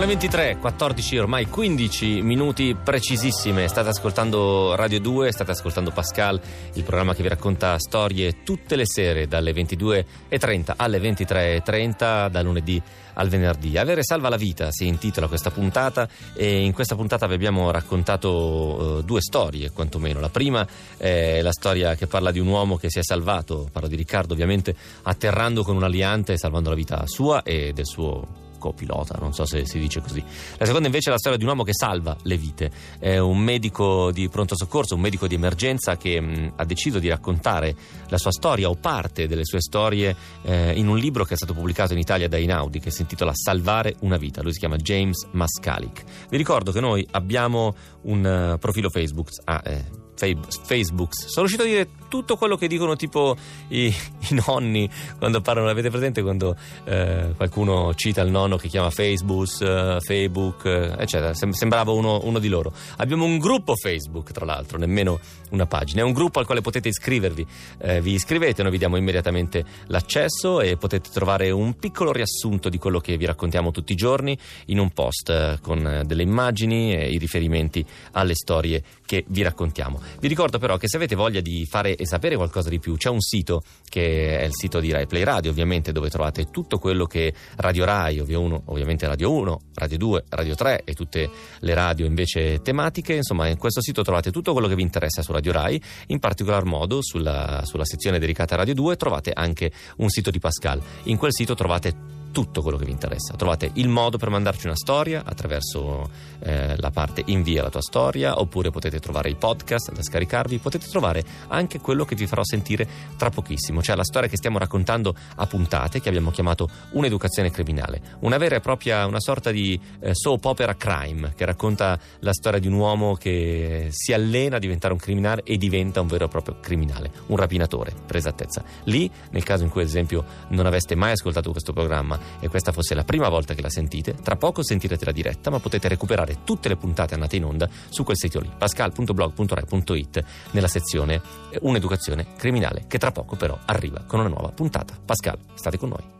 ventitré, quattordici, ormai quindici minuti precisissime. State ascoltando Radio due, state ascoltando Pascal, il programma che vi racconta storie tutte le sere dalle ventidue e trenta alle ventitré e trenta, da lunedì al venerdì. Avere salva la vita si intitola questa puntata, e in questa puntata vi abbiamo raccontato uh, due storie quantomeno. La prima è la storia che parla di un uomo che si è salvato, parlo di Riccardo ovviamente, atterrando con un aliante e salvando la vita sua e del suo copilota, non so se si dice così. La seconda invece è la storia di un uomo che salva le vite. È un medico di pronto soccorso, un medico di emergenza che mh, ha deciso di raccontare la sua storia o parte delle sue storie eh, in un libro che è stato pubblicato in Italia da Einaudi, che si intitola Salvare una vita. Lui si chiama James Maskalik. Vi ricordo che noi abbiamo un uh, profilo Facebook, ah, eh, Facebook. Sono riuscito a dire tutto quello che dicono tipo i, i nonni quando parlano. Avete presente quando eh, qualcuno cita il nonno che chiama Facebook, uh, Facebook, uh, eccetera? Sem- sembrava uno, uno di loro. Abbiamo un gruppo Facebook, tra l'altro, nemmeno una pagina. È un gruppo al quale potete iscrivervi. Eh, vi iscrivete, noi vi diamo immediatamente l'accesso e potete trovare un piccolo riassunto di quello che vi raccontiamo tutti i giorni in un post eh, con delle immagini e i riferimenti alle storie che vi raccontiamo. Vi ricordo però che se avete voglia di fare e sapere qualcosa di più, c'è un sito che è il sito di Rai Play Radio, ovviamente, dove trovate tutto quello che Radio Rai, ovviamente Radio uno, Radio due, Radio tre e tutte le radio invece tematiche. Insomma, in questo sito trovate tutto quello che vi interessa su Radio Rai, in particolar modo sulla, sulla sezione dedicata a Radio due trovate anche un sito di Pascal. In quel sito trovate tutto quello che vi interessa. Trovate il modo per mandarci una storia attraverso eh, la parte invia la tua storia, oppure potete trovare i podcast da scaricarvi, potete trovare anche quello che vi farò sentire tra pochissimo, cioè la storia che stiamo raccontando a puntate, che abbiamo chiamato Un'educazione criminale, una vera e propria, una sorta di eh, soap opera crime, che racconta la storia di un uomo che si allena a diventare un criminale e diventa un vero e proprio criminale, un rapinatore, per esattezza. Lì, nel caso in cui ad esempio non aveste mai ascoltato questo programma e questa fosse la prima volta che la sentite, tra poco sentirete la diretta, ma potete recuperare tutte le puntate andate in onda su quel sito lì, pascal punto blog punto rai punto it, nella sezione Un'educazione criminale, che tra poco però arriva con una nuova puntata. Pascal, state con noi.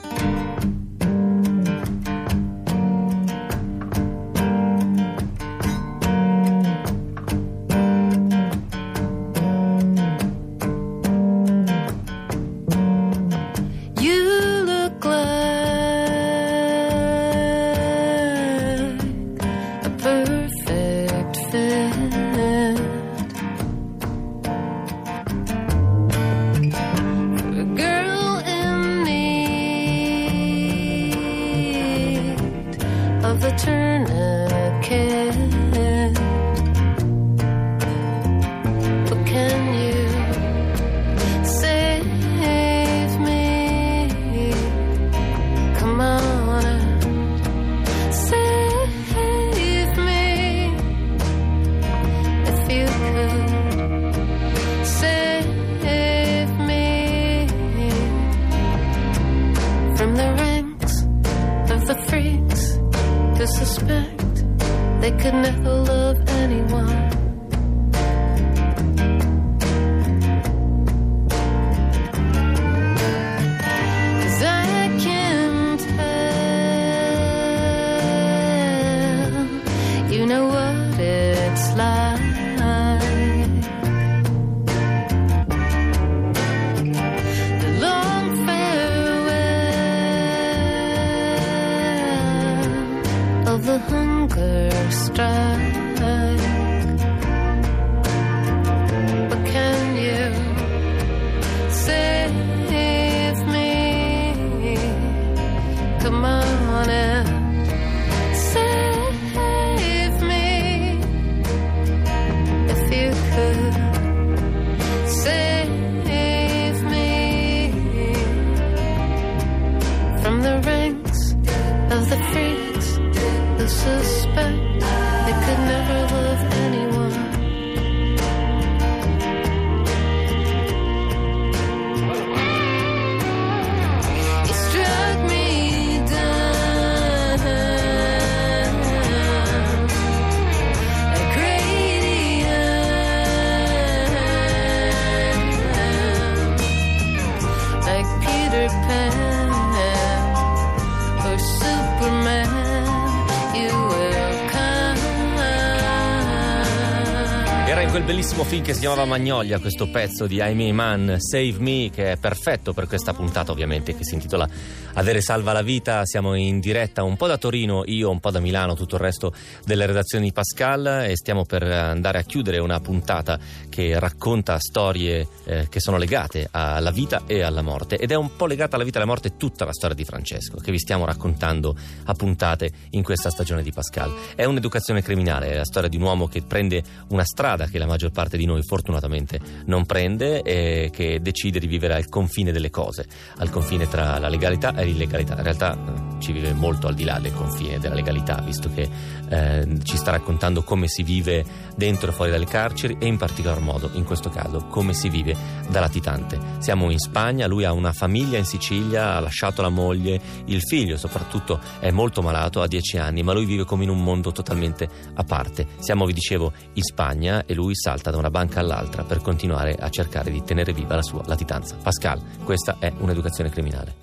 They could never love anyone. Cause I can tell, you know what it's like. The long farewell of the hunger strike. But can you save me? Come on and save me. If you could save me from the ranks of the freaks who suspect they could never love anyone. You struck me down like radium, like Peter Pan or Superman. in quel bellissimo film che si chiamava Magnolia, questo pezzo di Aimee Mann, Save Me, che è perfetto per questa puntata ovviamente, che si intitola Avere salva la vita. Siamo in diretta un po' da Torino, io un po' da Milano, tutto il resto delle redazioni di Pascal, e stiamo per andare a chiudere una puntata che racconta storie eh, che sono legate alla vita e alla morte, ed è un po' legata alla vita e alla morte tutta la storia di Francesco che vi stiamo raccontando a puntate in questa stagione di Pascal. È un'educazione criminale, è la storia di un uomo che prende una strada che la maggior parte di noi fortunatamente non prende e che decide di vivere al confine delle cose, al confine tra la legalità e l'illegalità. In realtà eh, ci vive molto al di là del confine della legalità, visto che eh, ci sta raccontando come si vive dentro e fuori dalle carceri, e in particolar modo in questo caso come si vive da latitante. Siamo in Spagna, lui ha una famiglia in Sicilia, ha lasciato la moglie, il figlio soprattutto è molto malato, ha dieci anni, ma lui vive come in un mondo totalmente a parte. Siamo, vi dicevo, in Spagna, e lui salta da una banca all'altra per continuare a cercare di tenere viva la sua latitanza. Pascal, questa è un'educazione criminale.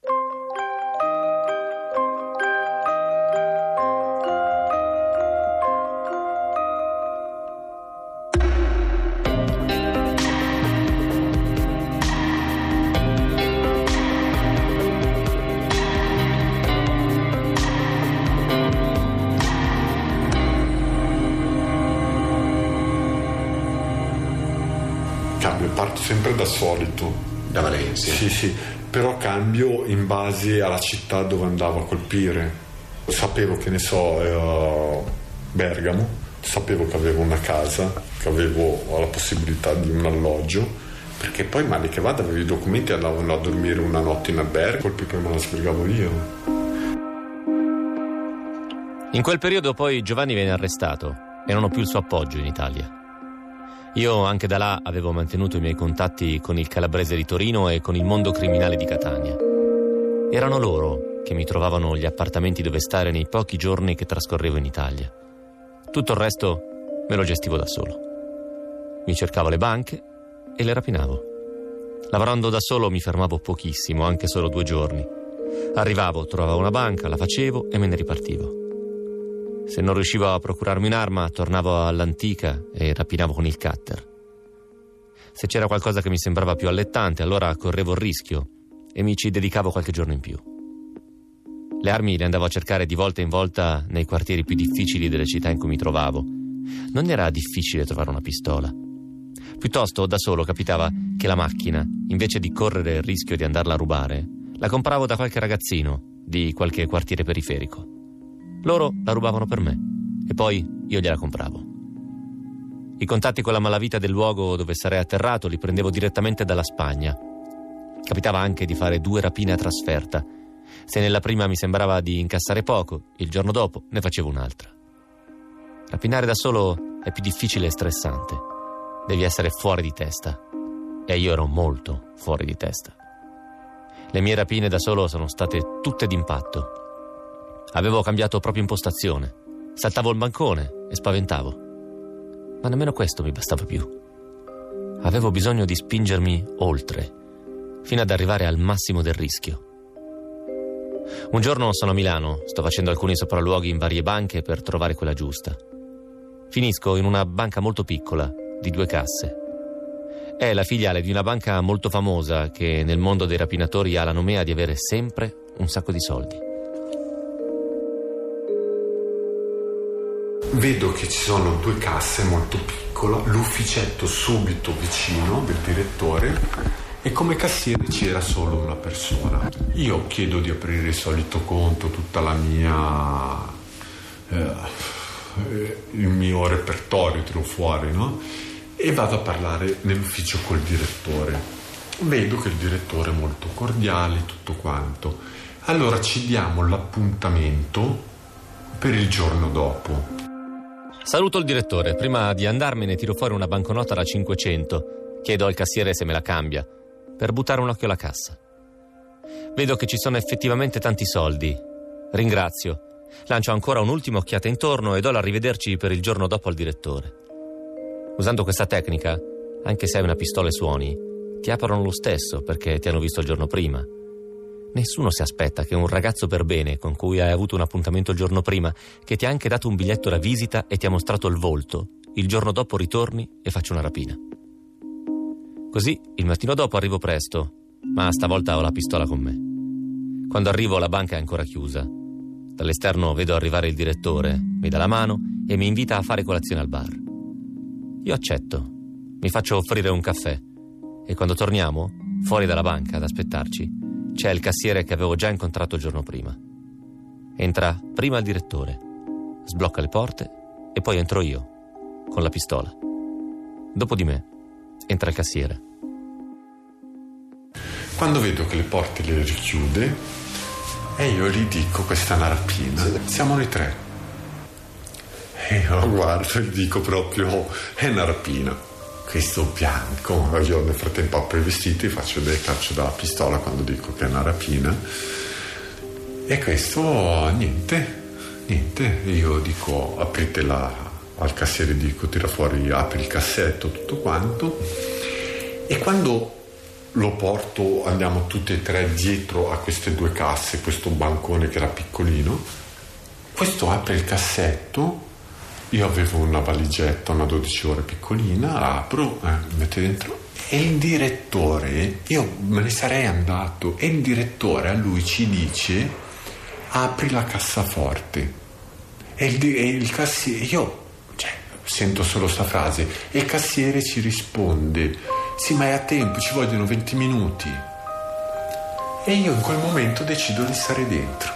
Parto sempre da solito. Da Valencia? Sì, sì, però cambio in base alla città dove andavo a colpire. Sapevo, che ne so, eh, Bergamo, sapevo che avevo una casa, che avevo la possibilità di un alloggio, perché poi male che vada avevo i documenti e andavo a dormire una notte in albergo, colpi poi me la sbrigavo io. In quel periodo poi Giovanni viene arrestato e non ho più il suo appoggio in Italia. Io anche da là avevo mantenuto i miei contatti con il Calabrese di Torino e con il mondo criminale di Catania. Erano loro che mi trovavano gli appartamenti dove stare nei pochi giorni che trascorrevo in Italia. Tutto il resto me lo gestivo da solo. Mi cercavo le banche e le rapinavo. Lavorando da solo mi fermavo pochissimo, anche solo due giorni. Arrivavo, trovavo una banca, la facevo e me ne ripartivo. Se non riuscivo a procurarmi un'arma, tornavo all'antica e rapinavo con il cutter. Se c'era qualcosa che mi sembrava più allettante, allora correvo il rischio e mi ci dedicavo qualche giorno in più. Le armi le andavo a cercare di volta in volta nei quartieri più difficili delle città in cui mi trovavo. Non era difficile trovare una pistola. Piuttosto, da solo, capitava che la macchina, invece di correre il rischio di andarla a rubare, la compravo da qualche ragazzino di qualche quartiere periferico. Loro la rubavano per me e poi io gliela compravo. I contatti con la malavita del luogo dove sarei atterrato li prendevo direttamente dalla Spagna. Capitava anche di fare due rapine a trasferta. Se nella prima mi sembrava di incassare poco, il giorno dopo ne facevo un'altra. Rapinare da solo è più difficile e stressante. Devi essere fuori di testa. E io ero molto fuori di testa. Le mie rapine da solo sono state tutte d'impatto. Avevo cambiato proprio impostazione. Saltavo il bancone e spaventavo. Ma nemmeno questo mi bastava più. Avevo bisogno di spingermi oltre, fino ad arrivare al massimo del rischio. Un giorno sono a Milano, sto facendo alcuni sopralluoghi in varie banche per trovare quella giusta. Finisco in una banca molto piccola, di due casse. È la filiale di una banca molto famosa che nel mondo dei rapinatori ha la nomea di avere sempre un sacco di soldi. Vedo che ci sono due casse molto piccole, l'ufficetto subito vicino del direttore, e come cassiere c'era solo una persona. Io chiedo di aprire il solito conto, tutta la mia eh, il mio repertorio tiro fuori, no? E vado a parlare nell'ufficio col direttore. Vedo che il direttore è molto cordiale, tutto quanto. Allora ci diamo l'appuntamento per il giorno dopo. Saluto il direttore. Prima di andarmene tiro fuori una banconota da cinquecento. Chiedo al cassiere se me la cambia, per buttare un occhio alla cassa. Vedo che ci sono effettivamente tanti soldi. Ringrazio. Lancio ancora un'ultima occhiata intorno e do l'arrivederci per il giorno dopo al direttore. Usando questa tecnica, anche se hai una pistola e suoni, ti aprono lo stesso perché ti hanno visto il giorno prima. Nessuno si aspetta che un ragazzo per bene con cui hai avuto un appuntamento il giorno prima, che ti ha anche dato un biglietto da visita e ti ha mostrato il volto, il giorno dopo ritorni e faccio una rapina. Così il mattino dopo arrivo presto, ma stavolta ho la pistola con me. Quando arrivo la banca è ancora chiusa. Dall'esterno vedo arrivare il direttore, mi dà la mano e mi invita a fare colazione al bar. Io accetto, mi faccio offrire un caffè e quando torniamo, fuori dalla banca ad aspettarci, c'è il cassiere che avevo già incontrato il giorno prima. Entra prima il direttore, sblocca le porte e poi entro io, con la pistola. Dopo di me entra il cassiere. Quando vedo che le porte le richiude, e io gli dico: questa è una rapina, siamo noi tre. E io lo guardo e gli dico proprio: è una rapina. Questo bianco, io nel frattempo apro i vestiti, faccio delle calcio dalla pistola quando dico che è una rapina. E questo niente, niente. Io dico: aprite la, al cassiere dico: tira fuori, apri il cassetto, tutto quanto. E quando lo porto, andiamo tutti e tre dietro a queste due casse, questo bancone che era piccolino, questo apre il cassetto, io avevo una valigetta, una dodici ore piccolina, apro, eh, metto dentro, e il direttore, io me ne sarei andato, e il direttore a lui ci dice: apri la cassaforte. E il, e il cassiere, io cioè, sento solo sta frase, e il cassiere ci risponde: sì, ma è a tempo, ci vogliono venti minuti. E io in quel momento decido di stare dentro.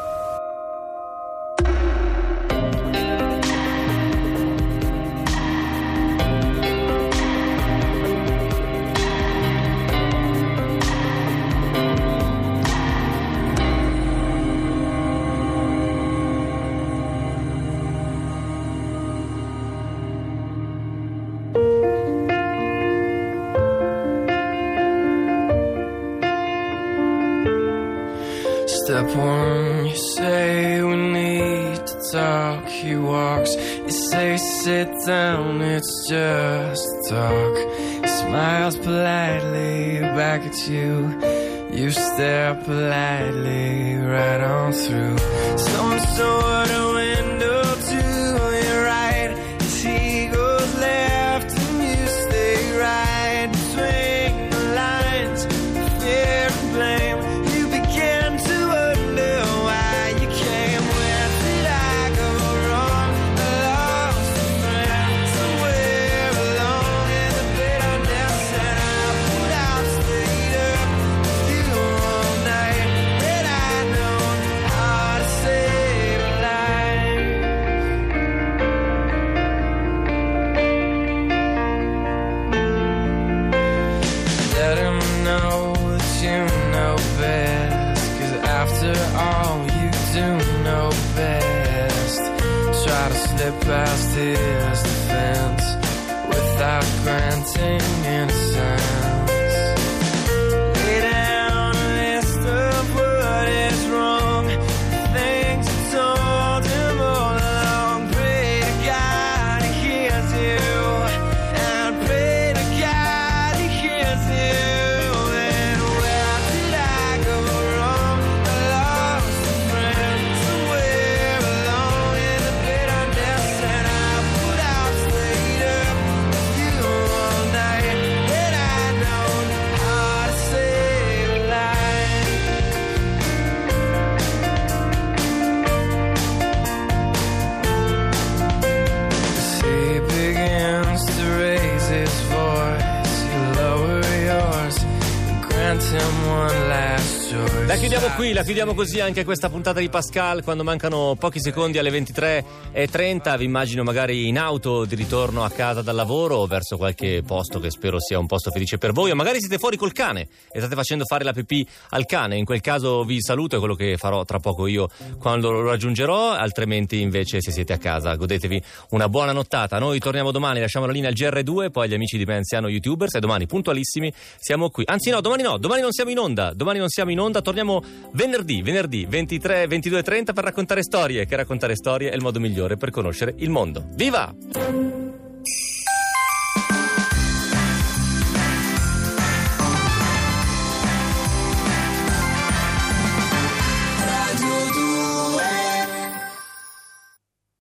Step one, you say we need to talk. He walks, you say sit down, it's just talk. He smiles politely back at you. You stare politely right on through some sort of window to your right. As he goes left and you stay right between the lines of fear and blame. Past his defense without granting innocence. Lay down a list of what is wrong, the things you told him all along. Pray to God he hears you, and pray to God he hears you. And where did I go wrong? I lost a friend somewhere along in the bitterness. La chiudiamo qui, la chiudiamo così anche questa puntata di Pascal, quando mancano pochi secondi alle ventitré e trenta. Vi immagino magari in auto di ritorno a casa dal lavoro o verso qualche posto che spero sia un posto felice per voi, o magari siete fuori col cane e state facendo fare la pipì al cane. In quel caso vi saluto, è quello che farò tra poco io quando lo raggiungerò, altrimenti invece se siete a casa godetevi una buona nottata. Noi torniamo domani, lasciamo la linea al G R due, poi agli amici di Me Anziano YouTubers, e domani puntualissimi siamo qui. Anzi no, domani no, domani non siamo in onda, domani non siamo in onda, torniamo venerdì, venerdì ventitré, ventidue e trenta per raccontare storie, che raccontare storie è il modo migliore per conoscere il mondo. Viva!